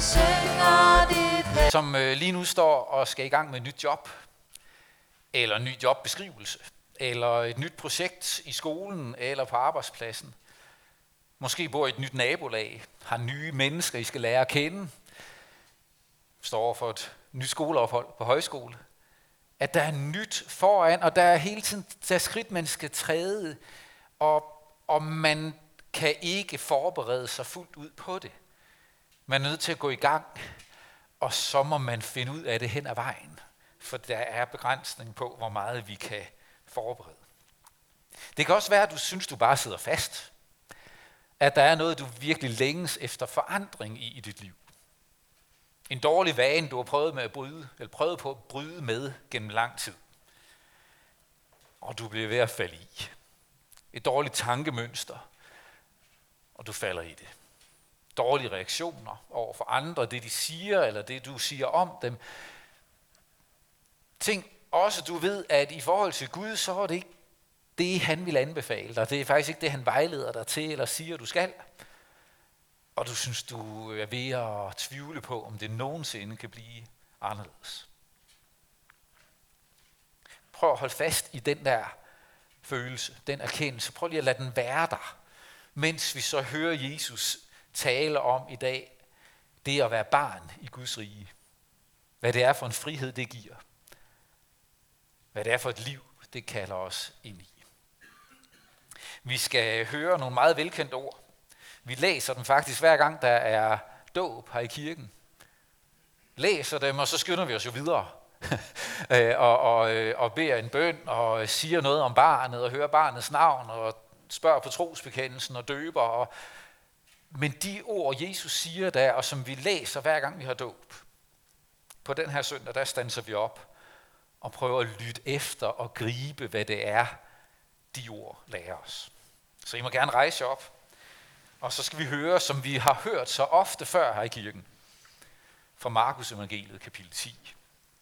som lige nu står og skal i gang med et nyt job, eller en ny jobbeskrivelse, eller et nyt projekt i skolen eller på arbejdspladsen. Måske bor i et nyt nabolag, har nye mennesker, I skal lære at kende, står over for et nyt skoleophold på højskole. At der er nyt foran, og der er hele tiden der skridt, man skal træde, og man kan ikke forberede sig fuldt ud på det. Man er nødt til at gå i gang, og så må man finde ud af det hen ad vejen. For der er begrænsning på, hvor meget vi kan forberede. Det kan også være, at du synes, du bare sidder fast. At der er noget, du virkelig længes efter forandring i dit liv. En dårlig vane, du har prøvet på at bryde med gennem lang tid. Og du bliver ved at falde i. Et dårligt tankemønster, og du falder i det. Dårlige reaktioner over for andre, det de siger, eller det du siger om dem. Tænk også, du ved, at i forhold til Gud, så er det ikke det, han vil anbefale dig. Det er faktisk ikke det, han vejleder dig til, eller siger, du skal. Og du synes, du er ved at tvivle på, om det nogensinde kan blive anderledes. Prøv at holde fast i den der følelse, den erkendelse. Prøv lige at lade den være der, mens vi så hører Jesus tale om i dag, det at være barn i Guds rige. Hvad det er for en frihed, det giver. Hvad det er for et liv, det kalder os ind i. Vi skal høre nogle meget velkendte ord. Vi læser dem faktisk hver gang, der er dåb her i kirken. Læser dem, og så skynder vi os jo videre. og beder en bøn, og siger noget om barnet, og hører barnets navn, og spørger på trosbekendelsen, og døber. Men de ord, Jesus siger der, og som vi læser hver gang vi har dåb, på den her søndag, der standser vi op og prøver at lytte efter og gribe, hvad det er, de ord lærer os. Så I må gerne rejse op, og så skal vi høre, som vi har hørt så ofte før her i kirken, fra Markus evangeliet kapitel 10.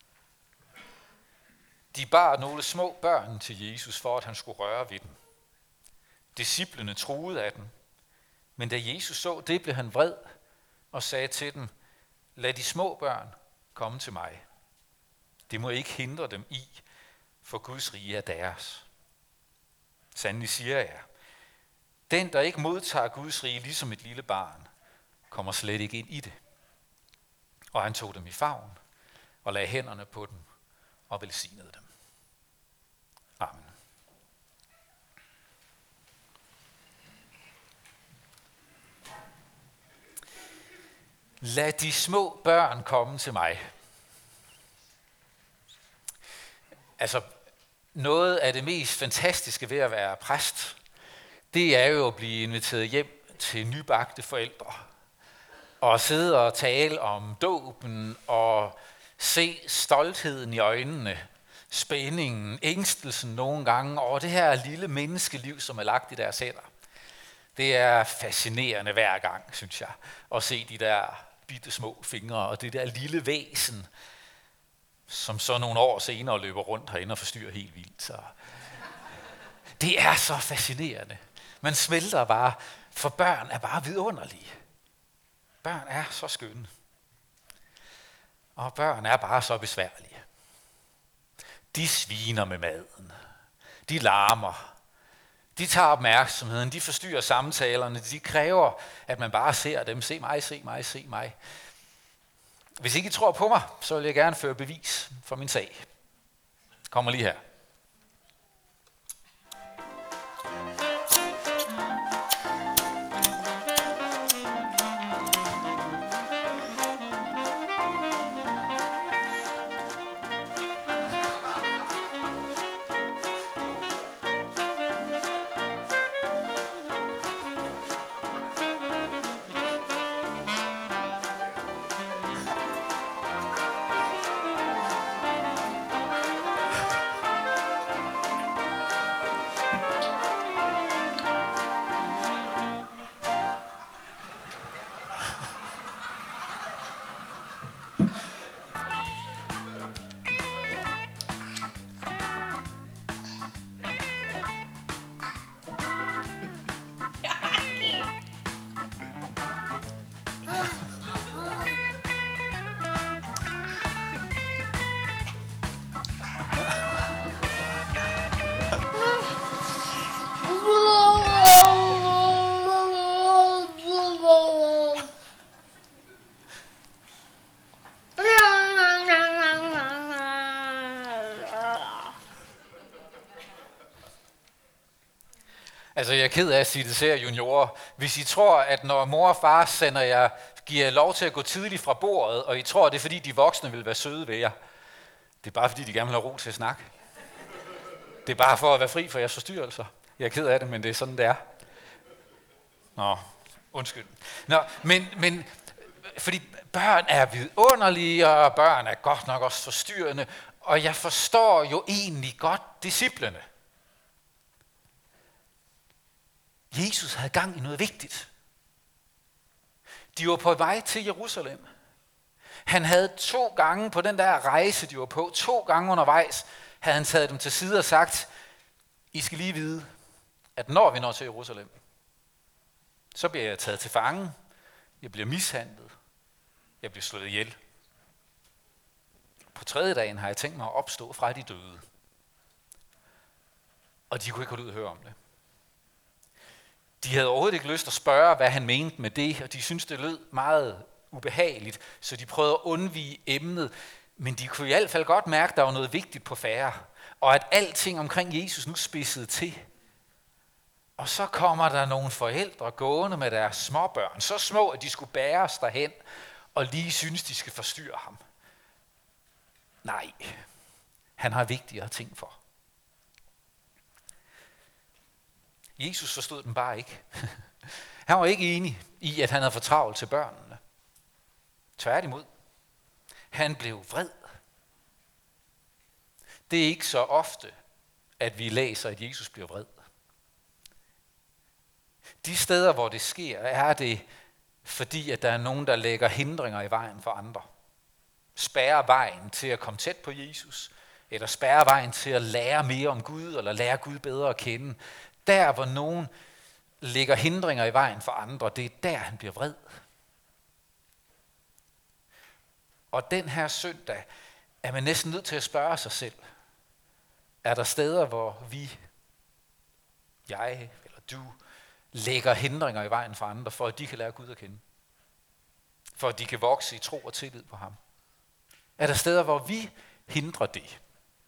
De bar nogle små børn til Jesus, for at han skulle røre ved dem. Disciplene troede af dem, men da Jesus så det, blev han vred og sagde til dem, lad de små børn komme til mig. Det må ikke hindre dem i, for Guds rige er deres. Sandelig siger jeg, den der ikke modtager Guds rige ligesom et lille barn, kommer slet ikke ind i det. Og han tog dem i favn og lagde hænderne på dem og velsignede dem. Amen. Lad de små børn komme til mig. Altså, noget af det mest fantastiske ved at være præst, det er jo at blive inviteret hjem til nybagte forældre. Og sidde og tale om dåben og se stoltheden i øjnene, spændingen, ængstelsen nogle gange over det her lille menneskeliv, som er lagt i deres hænder. Det er fascinerende hver gang, synes jeg, at se de der bitte små fingre og det der lille væsen, som så nogle år senere løber rundt herinde og forstyrrer helt vildt. Så det er så fascinerende. Man smelter bare, for børn er bare vidunderlige. Børn er så skønne. Og børn er bare så besværlige. De sviner med maden. De larmer. De tager opmærksomheden. De forstyrrer samtalerne. De kræver, at man bare ser dem. Se mig, se mig, se mig. Hvis ikke I tror på mig, så vil jeg gerne føre bevis for min sag. Kommer lige her. Altså, jeg er ked af at sige det til jer juniorer. Hvis I tror, at når mor og far giver jer lov til at gå tidligt fra bordet, og I tror, det er fordi, de voksne vil være søde ved jer, det er bare fordi, de gerne vil have ro til at snakke. Det er bare for at være fri for jeres forstyrrelser. Jeg er ked af det, men det er sådan, det er. Nå, undskyld. Nå, men fordi børn er vidunderlige, og børn er godt nok også forstyrrende, og jeg forstår jo egentlig godt disciplene. Jesus havde gang i noget vigtigt. De var på vej til Jerusalem. Han havde 2 gange på den der rejse, de var på, 2 gange undervejs, havde han taget dem til side og sagt, I skal lige vide, at når vi når til Jerusalem, så bliver jeg taget til fange, jeg bliver mishandlet, jeg bliver slået ihjel. På 3. dagen har jeg tænkt mig at opstå fra de døde. Og de kunne ikke holde ud at høre om det. De havde overhovedet ikke lyst at spørge, hvad han mente med det, og de syntes, det lød meget ubehageligt, så de prøvede at undvige emnet, men de kunne i hvert fald godt mærke, at der var noget vigtigt på færde, og at alting omkring Jesus nu spidsede til. Og så kommer der nogle forældre gående med deres småbørn, så små, at de skulle bæres derhen, og lige synes, de skal forstyrre ham. Nej, han har vigtigere ting for. Jesus forstod dem bare ikke. Han var ikke enig i, at han havde for travlt til børnene. Tværtimod. Han blev vred. Det er ikke så ofte, at vi læser, at Jesus bliver vred. De steder, hvor det sker, er det, fordi at der er nogen, der lægger hindringer i vejen for andre. Spærrer vejen til at komme tæt på Jesus, eller spærrer vejen til at lære mere om Gud, eller lære Gud bedre at kende. Der, hvor nogen lægger hindringer i vejen for andre, det er der, han bliver vred. Og den her søndag er man næsten nødt til at spørge sig selv, er der steder, hvor jeg eller du, lægger hindringer i vejen for andre, for at de kan lære Gud at kende? For at de kan vokse i tro og tillid på ham? Er der steder, hvor vi hindrer det?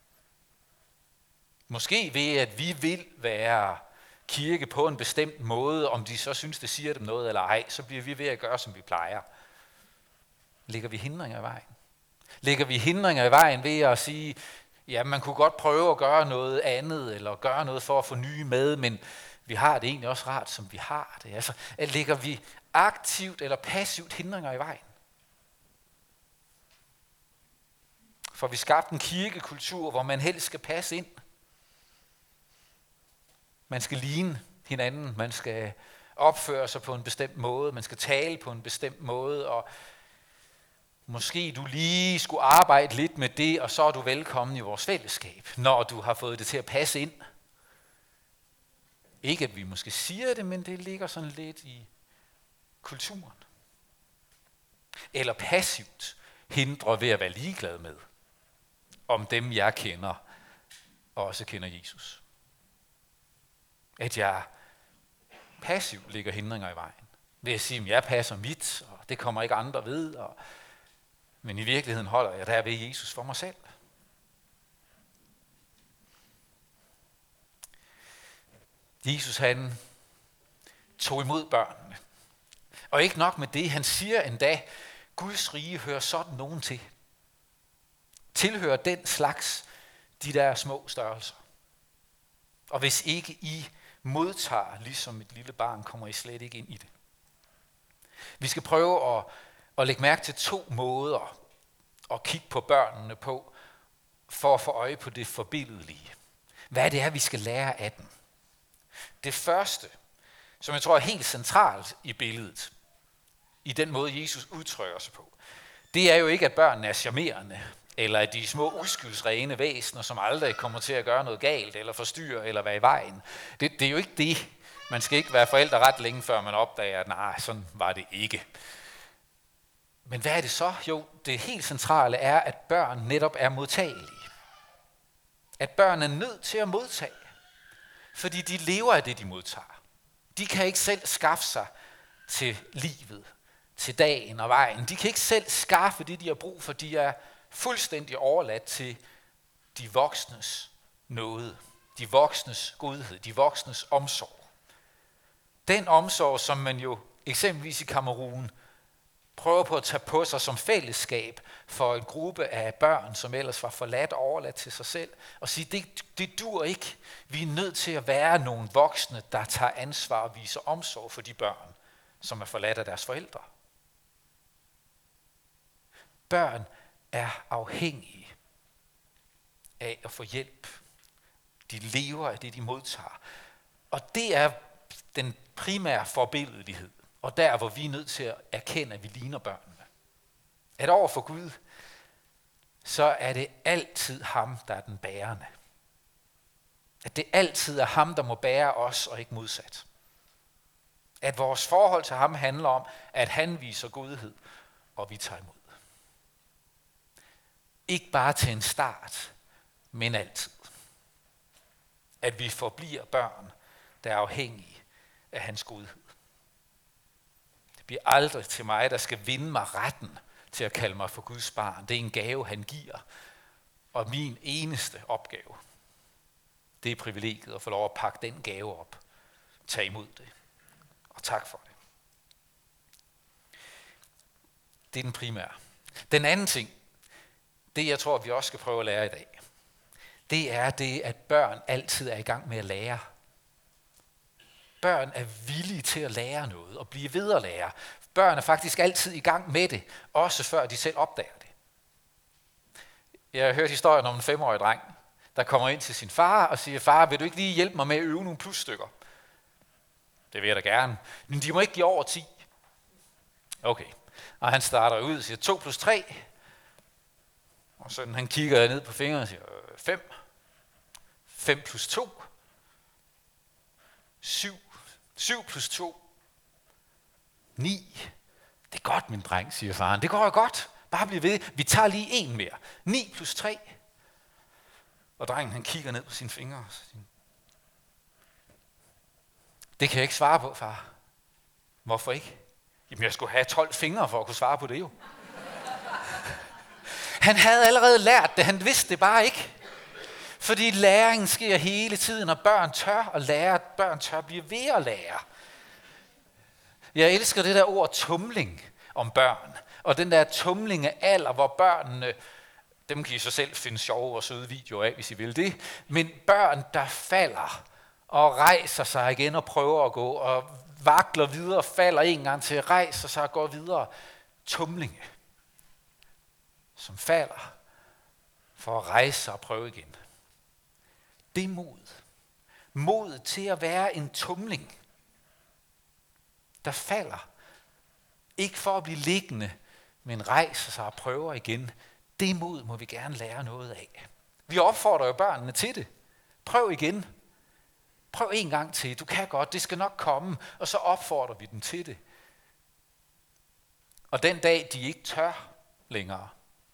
Måske ved, at vi vil være kirke på en bestemt måde, om de så synes, det siger dem noget eller ej, så bliver vi ved at gøre, som vi plejer. Lægger vi hindringer i vejen? Lægger vi hindringer i vejen ved at sige, ja, man kunne godt prøve at gøre noget andet, eller gøre noget for at få nye med, men vi har det egentlig også rart, som vi har det. Altså, lægger vi aktivt eller passivt hindringer i vejen? For vi skabte en kirkekultur, hvor man helst skal passe ind. Man skal ligne hinanden, man skal opføre sig på en bestemt måde, man skal tale på en bestemt måde, og måske du lige skulle arbejde lidt med det, og så er du velkommen i vores fællesskab, når du har fået det til at passe ind. Ikke at vi måske siger det, men det ligger sådan lidt i kulturen. Eller passivt hindre ved at være ligeglad med, om dem jeg kender, også kender Jesus. At jeg passivt lægger hindringer i vejen. Ved at sige, at jeg passer mit, og det kommer ikke andre ved. Men i virkeligheden holder jeg der ved Jesus for mig selv. Jesus han tog imod børnene. Og ikke nok med det, han siger endda, Guds rige hører sådan nogen til. Tilhører den slags, de der små størrelser. Og hvis ikke I modtager, ligesom et lille barn, kommer I slet ikke ind i det. Vi skal prøve at lægge mærke til 2 måder at kigge på børnene på, for at få øje på det forbilledelige. Hvad det er, vi skal lære af dem. Det første, som jeg tror er helt centralt i billedet, i den måde Jesus udtrykker sig på, det er jo ikke, at børnene er charmerende, eller at de er små uskyldsrene væsener, som aldrig kommer til at gøre noget galt, eller forstyrre, eller være i vejen. Det er jo ikke det. Man skal ikke være forældre ret længe, før man opdager, at nej, sådan var det ikke. Men hvad er det så? Jo, det helt centrale er, at børn netop er modtagelige. At børn er nødt til at modtage, fordi de lever af det, de modtager. De kan ikke selv skaffe sig til livet, til dagen og vejen. De kan ikke selv skaffe det, de har brug for. De er fuldstændig overladt til de voksnes nåde, de voksnes godhed, de voksnes omsorg. Den omsorg, som man jo eksempelvis i Kamerun prøver på at tage på sig som fællesskab for en gruppe af børn, som ellers var forladt og overladt til sig selv, og sige, det dur ikke. Vi er nødt til at være nogle voksne, der tager ansvar og viser omsorg for de børn, som er forladt af deres forældre. Børn er afhængige af at få hjælp. De lever af det, de modtager. Og det er den primære forbilledelighed. Og der, hvor vi er nødt til at erkende, at vi ligner børnene. At over for Gud, så er det altid ham, der er den bærende. At det altid er ham, der må bære os, og ikke modsat. At vores forhold til ham handler om, at han viser godhed, og vi tager imod. Ikke bare til en start, men altid. At vi forbliver børn, der er afhængige af hans godhed. Det bliver aldrig til mig, der skal vinde mig retten til at kalde mig for Guds barn. Det er en gave, han giver. Og min eneste opgave, det er privilegiet at få lov at pakke den gave op. Tag imod det. Og tak for det. Det er den primære. Den anden ting, det jeg tror, vi også skal prøve at lære i dag, det er det, at børn altid er i gang med at lære. Børn er villige til at lære noget og blive ved at lære. Børn er faktisk altid i gang med det, også før de selv opdager det. Jeg har hørt historien om en 5-årig dreng, der kommer ind til sin far og siger, far, vil du ikke lige hjælpe mig med at øve nogle plusstykker? Det vil jeg da gerne. Men de må ikke give over 10. Okay. Og han starter ud og siger 2 plus 3. Og så han kigger ned på fingrene og siger 5. 5 plus 2. 7. 7 plus 2. 9. Det er godt, min dreng, siger faren. Det går jo godt. Bare bliv ved. Vi tager lige en mere. 9 plus 3. Og drengen han kigger ned på sine fingre og siger, det kan jeg ikke svare på, far. Hvorfor ikke? Jamen, jeg skulle have 12 fingre for at kunne svare på det jo. Han havde allerede lært det, han vidste det bare ikke. Fordi læringen sker hele tiden, og børn tør at lære, børn tør blive ved at lære. Jeg elsker det der ord tumling om børn, og den der tumling af alder, hvor børnene, dem kan I så selv finde sjove og søde videoer af, hvis I vil det, men børn, der falder og rejser sig igen og prøver at gå, og vakler videre, falder en gang til, rejser sig og går videre. Tumlinge, som falder for at rejse sig og prøve igen. Det er mod. Mod til at være en tumling, der falder. Ikke for at blive liggende, men rejser sig og prøver igen. Det mod må vi gerne lære noget af. Vi opfordrer jo børnene til det. Prøv igen. Prøv en gang til. Du kan godt. Det skal nok komme. Og så opfordrer vi dem til det. Og den dag, de ikke tør længere,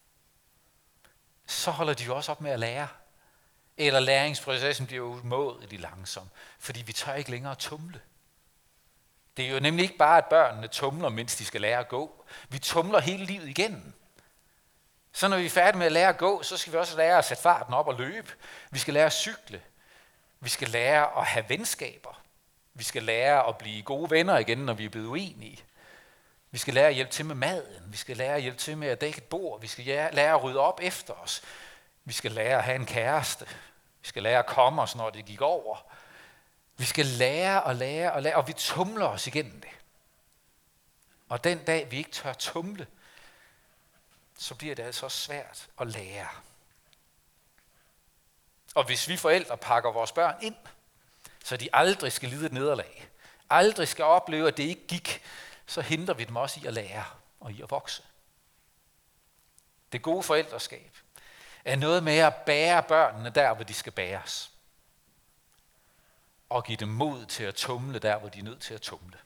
så holder de jo også op med at lære. Eller læringsprocessen bliver umådelig langsom, fordi vi tør ikke længere tumle. Det er jo nemlig ikke bare, at børnene tumler, mens de skal lære at gå. Vi tumler hele livet igennem. Så når vi er færdige med at lære at gå, så skal vi også lære at sætte farten op og løbe. Vi skal lære at cykle. Vi skal lære at have venskaber. Vi skal lære at blive gode venner igen, når vi er blevet uenige. Vi skal lære at hjælpe til med maden. Vi skal lære at hjælpe til med at dække et bord. Vi skal lære at rydde op efter os. Vi skal lære at have en kæreste. Vi skal lære at komme os, når det gik over. Vi skal lære, og vi tumler os igennem det. Og den dag, vi ikke tør tumle, så bliver det altså også svært at lære. Og hvis vi forældre pakker vores børn ind, så de aldrig skal lide et nederlag, aldrig skal opleve, at det ikke gik, så hindrer vi dem også i at lære og i at vokse. Det gode forældreskab er noget med at bære børnene der, hvor de skal bæres. Og give dem mod til at tumle der, hvor de er nødt til at tumle.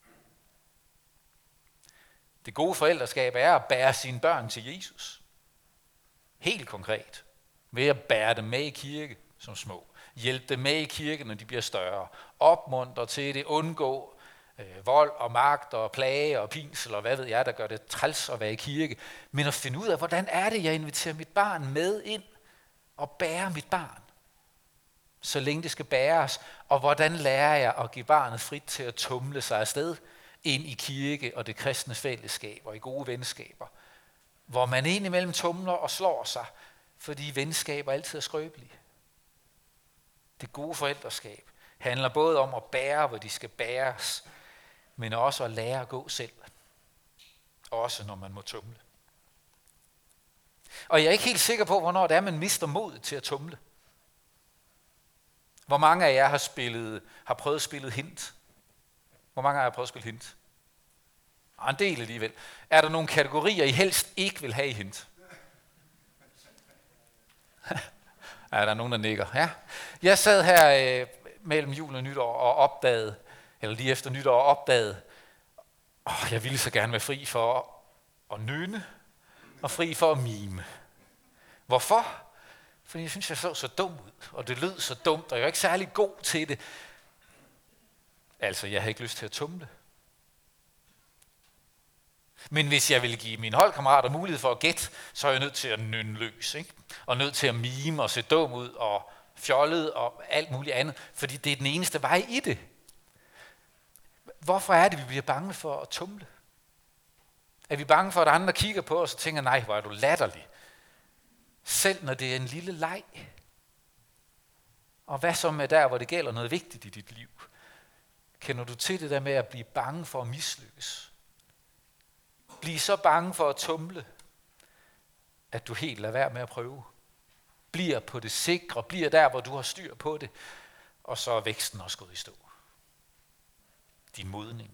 Det gode forældreskab er at bære sine børn til Jesus. Helt konkret. Ved at bære dem med i kirke som små. Hjælpe dem med i kirke, når de bliver større. Opmuntre til det. Undgå vold og magt og plage og pinsel og hvad ved jeg, der gør det træls at være i kirke. Men at finde ud af, hvordan er det, jeg inviterer mit barn med ind og bærer mit barn. så længe det skal bæres, og hvordan lærer jeg at give barnet frit til at tumle sig afsted ind i kirke og det kristne fællesskab og i gode venskaber, hvor man indimellem tumler og slår sig, fordi venskaber altid er skrøbelige. Det gode forældreskab handler både om at bære, hvor de skal bæres, men også at lære at gå selv. Også når man må tumle. Og jeg er ikke helt sikker på, hvornår det er, man mister modet til at tumle. Hvor mange af jer har prøvet at spille hint? Hvor mange af jer har prøvet at spille hint? En del alligevel. Er der nogle kategorier, I helst ikke vil have i hint? Er der nogen, der nikker? Ja. Jeg sad her mellem jul og nytår og opdagede, eller lige efter nytår opdagede, jeg ville så gerne være fri for at nynne og fri for at mime. Hvorfor? Fordi jeg synes, jeg så dum ud, og det lød så dumt, og jeg var ikke særlig god til det. Altså, jeg havde ikke lyst til at tumle. Men hvis jeg ville give mine holdkammerater mulighed for at gætte, så er jeg nødt til at nynne løs, ikke? Og nødt til at mime og se dum ud og fjollet og alt muligt andet, fordi det er den eneste vej i det. Hvorfor er det, vi bliver bange for at tumle? Er vi bange for, at andre kigger på os og tænker, nej, hvor er du latterlig? Selv når det er en lille leg. Og hvad så med der, hvor det gælder noget vigtigt i dit liv? Kender du til det der med at blive bange for at mislykkes? Bliv så bange for at tumle, at du helt lader være med at prøve. Bliver på det sikre, bliver der, hvor du har styr på det, og så er væksten også gået i stå. Din modning.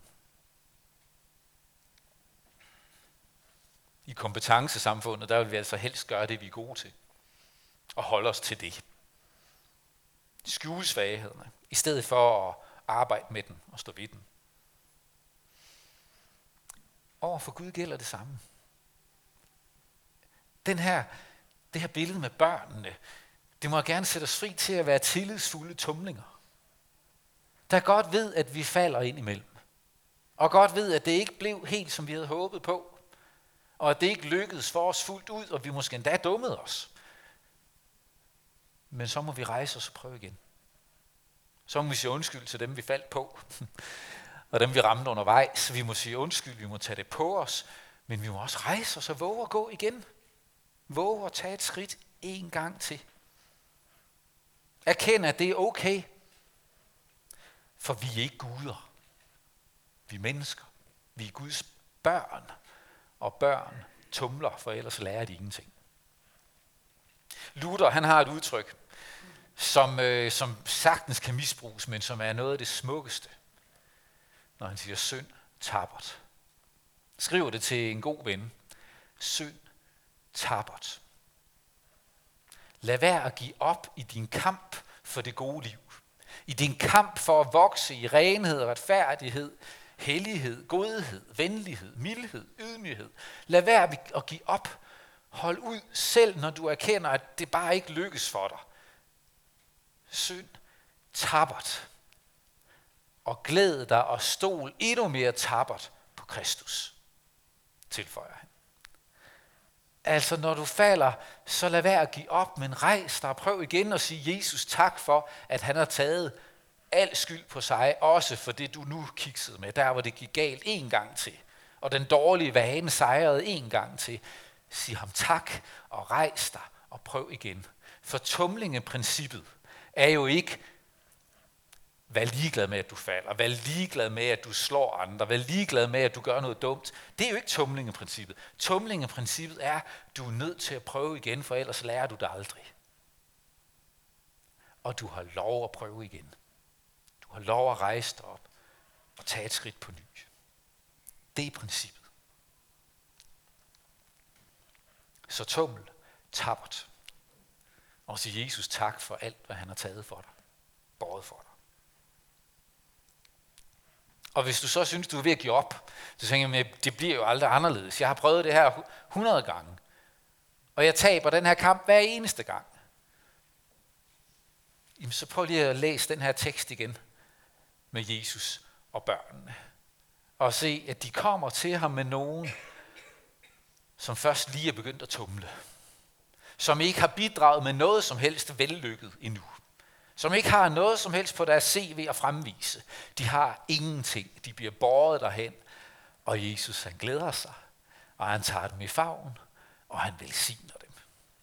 I kompetencesamfundet, der vil vi altså helst gøre det, vi er gode til, og holde os til det. Skjule svaghederne, i stedet for at arbejde med den og stå ved den. Over for Gud gælder det samme. Det her billede med børnene, det må gerne sætte os fri til at være tillidsfulde tumlinger. Der godt ved, at vi falder ind imellem. Og godt ved, at det ikke blev helt, som vi havde håbet på. Og at det ikke lykkedes for os fuldt ud, og vi måske endda dummede os. Men så må vi rejse os og prøve igen. Så må vi sige undskyld til dem, vi faldt på. Og dem, vi ramte undervejs. Vi må sige undskyld, vi må tage det på os. Men vi må også rejse os og våge at gå igen. Våge at tage et skridt en gang til. Erkende, at det er okay. For vi er ikke guder. Vi er mennesker. Vi er Guds børn. Og børn tumler, for ellers lærer de ingenting. Luther, han har et udtryk, som sagtens kan misbruges, men som er noget af det smukkeste, når han siger synd tappert. Skriver det til en god ven. Synd tappert. Lad være at give op i din kamp for det gode liv. I din kamp for at vokse i renhed, retfærdighed, hellighed, godhed, venlighed, mildhed, ydmyghed. Lad være at give op. Hold ud selv, når du erkender, at det bare ikke lykkes for dig. Synd tappert. Og glæd dig og stol endnu mere tappert på Kristus, tilføjer han. Altså når du falder, så lad være at give op, men rejs dig og prøv igen at sige Jesus tak for, at han har taget al skyld på sig, også for det du nu kiksede med, der hvor det gik galt en gang til, og den dårlige vane sejrede en gang til. Sig ham tak og rejs dig og prøv igen. For tumlingeprincippet er jo ikke, vær ligeglad med, at du falder, vær ligeglad med, at du slår andre, vær ligeglad med, at du gør noget dumt. Det er jo ikke tumlingeprincippet. Tumlingeprincippet er, du er nødt til at prøve igen, for ellers lærer du det aldrig. Og du har lov at prøve igen. Du har lov at rejse dig op og tage et skridt på ny. Det er princippet. Så tuml, tappert. Og sig Jesus tak for alt, hvad han har taget for dig. Båret for dig. Og hvis du så synes, du er ved at give op, så tænker jeg, det bliver jo aldrig anderledes. Jeg har prøvet det her 100 gange. Og jeg taber den her kamp hver eneste gang. Jamen, så prøv lige at læse den her tekst igen med Jesus og børnene. Og se, at de kommer til ham med nogen, som først lige er begyndt at tumle. Som ikke har bidraget med noget som helst vellykket endnu. som ikke har noget som helst på deres CV at fremvise. De har ingenting. De bliver båret derhen, og Jesus han glæder sig, og han tager dem i favn, og han velsigner dem.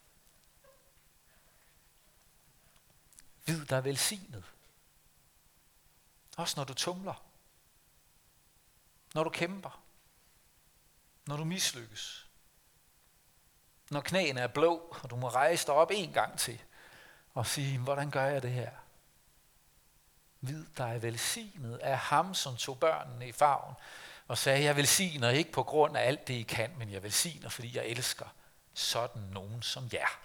Vid dig velsignet. Også når du tumler. Når du kæmper. Når du mislykkes. Når knæene er blå, og du må rejse dig op en gang til og sige, hvordan gør jeg det her? Vid dig velsignet af ham, som tog børnene i favn og sagde, jeg velsigner ikke på grund af alt det, I kan, men jeg velsigner, fordi jeg elsker sådan nogen som jer.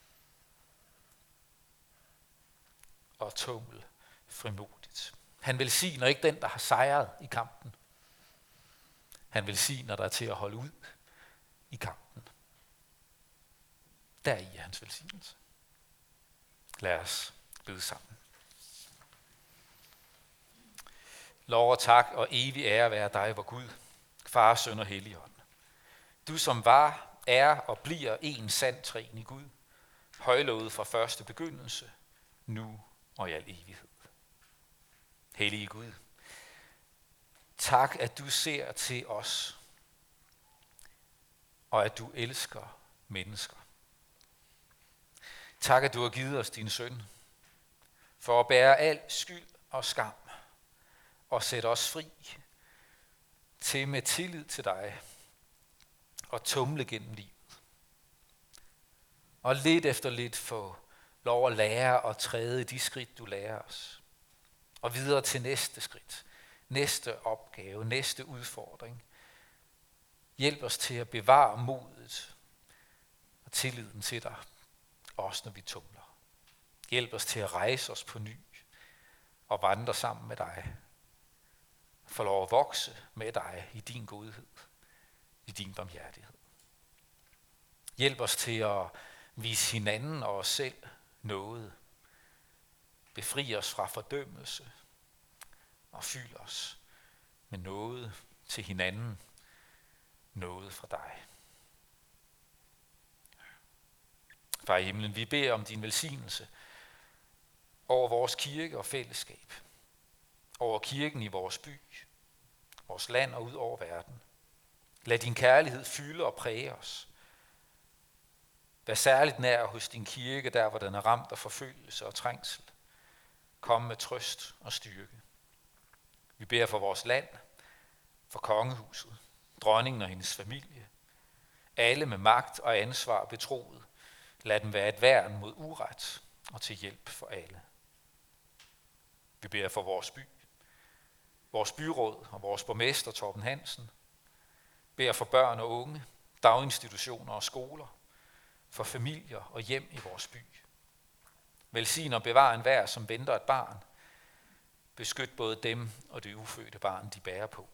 Og tuml frimodigt. Han velsigner ikke den, der har sejret i kampen. Han velsigner dig til at holde ud i kampen. Der er hans velsignelse. Lad os bede sammen. Lov og tak og evig ære være dig, vor Gud, Far, Søn og Helligånd. Du som var, er og bliver en sand treenig Gud, højlovet fra første begyndelse, nu og i al evighed. Hellige Gud, tak at du ser til os, og at du elsker mennesker. Tak at du har givet os din søn, for at bære al skyld og skam, og sætte os fri til med tillid til dig og tumle gennem livet. Og lidt efter lidt få lov at lære og træde de skridt, du lærer os. Og videre til næste skridt, næste opgave, næste udfordring. Hjælp os til at bevare modet og tilliden til dig, også når vi tumler. Hjælp os til at rejse os på ny og vandre sammen med dig. Få lov at vokse med dig i din godhed, i din barmhjertighed. Hjælp os til at vise hinanden og os selv noget. Befri os fra fordømmelse og fyld os med noget til hinanden, noget fra dig. Far i himlen, vi beder om din velsignelse over vores kirke og fællesskab, over kirken i vores by, vores land og ud over verden. Lad din kærlighed fylde og præge os. Vær særligt nær hos din kirke, der hvor den er ramt af forfølgelse og trængsel. Kom med trøst og styrke. Vi beder for vores land, for kongehuset, dronningen og hendes familie. Alle med magt og ansvar betroet. Lad dem være et værn mod uret og til hjælp for alle. Vi beder for vores by, vores byråd og vores borgmester Torben Hansen. Beder for børn og unge, daginstitutioner og skoler, for familier og hjem i vores by. Velsign og bevar enhver, som venter et barn. Beskyt både dem og det ufødte barn, de bærer på.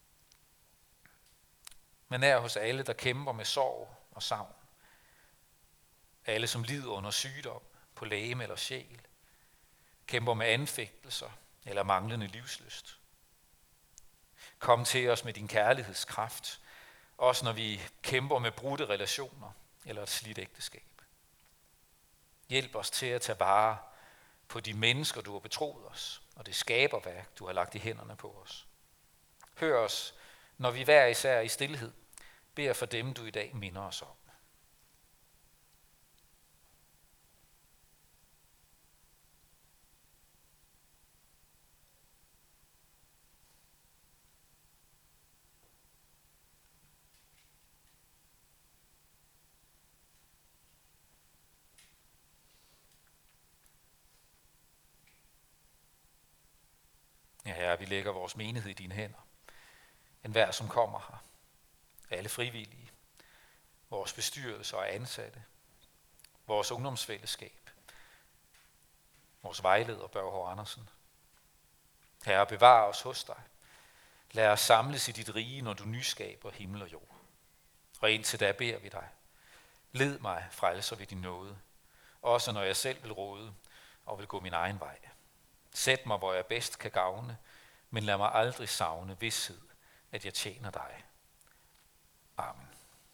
Men nær hos alle, der kæmper med sorg og savn. Alle, som lider under sygdom, på legeme eller sjæl. Kæmper med anfægtelser eller manglende livslyst. Kom til os med din kærlighedskraft, også når vi kæmper med brudte relationer eller et slidt ægteskab. Hjælp os til at tage vare på de mennesker, du har betroet os, og det skaberværk, du har lagt i hænderne på os. Hør os, når vi hver især i stilhed beder for dem, du i dag minder os om. Ja, Herre, vi lægger vores menighed i dine hænder. Enhver, som kommer her. Alle frivillige. Vores bestyrelse og ansatte. Vores ungdomsfællesskab. Vores vejleder, Børge H. Andersen. Herre, bevar os hos dig. Lad os samles i dit rige, når du nyskaber himmel og jord. Og indtil da beder vi dig. Led mig, frelser ved din nåde. Også når jeg selv vil råde og vil gå min egen vej. Sæt mig, hvor jeg bedst kan gavne, men lad mig aldrig savne vished, at jeg tjener dig. Amen.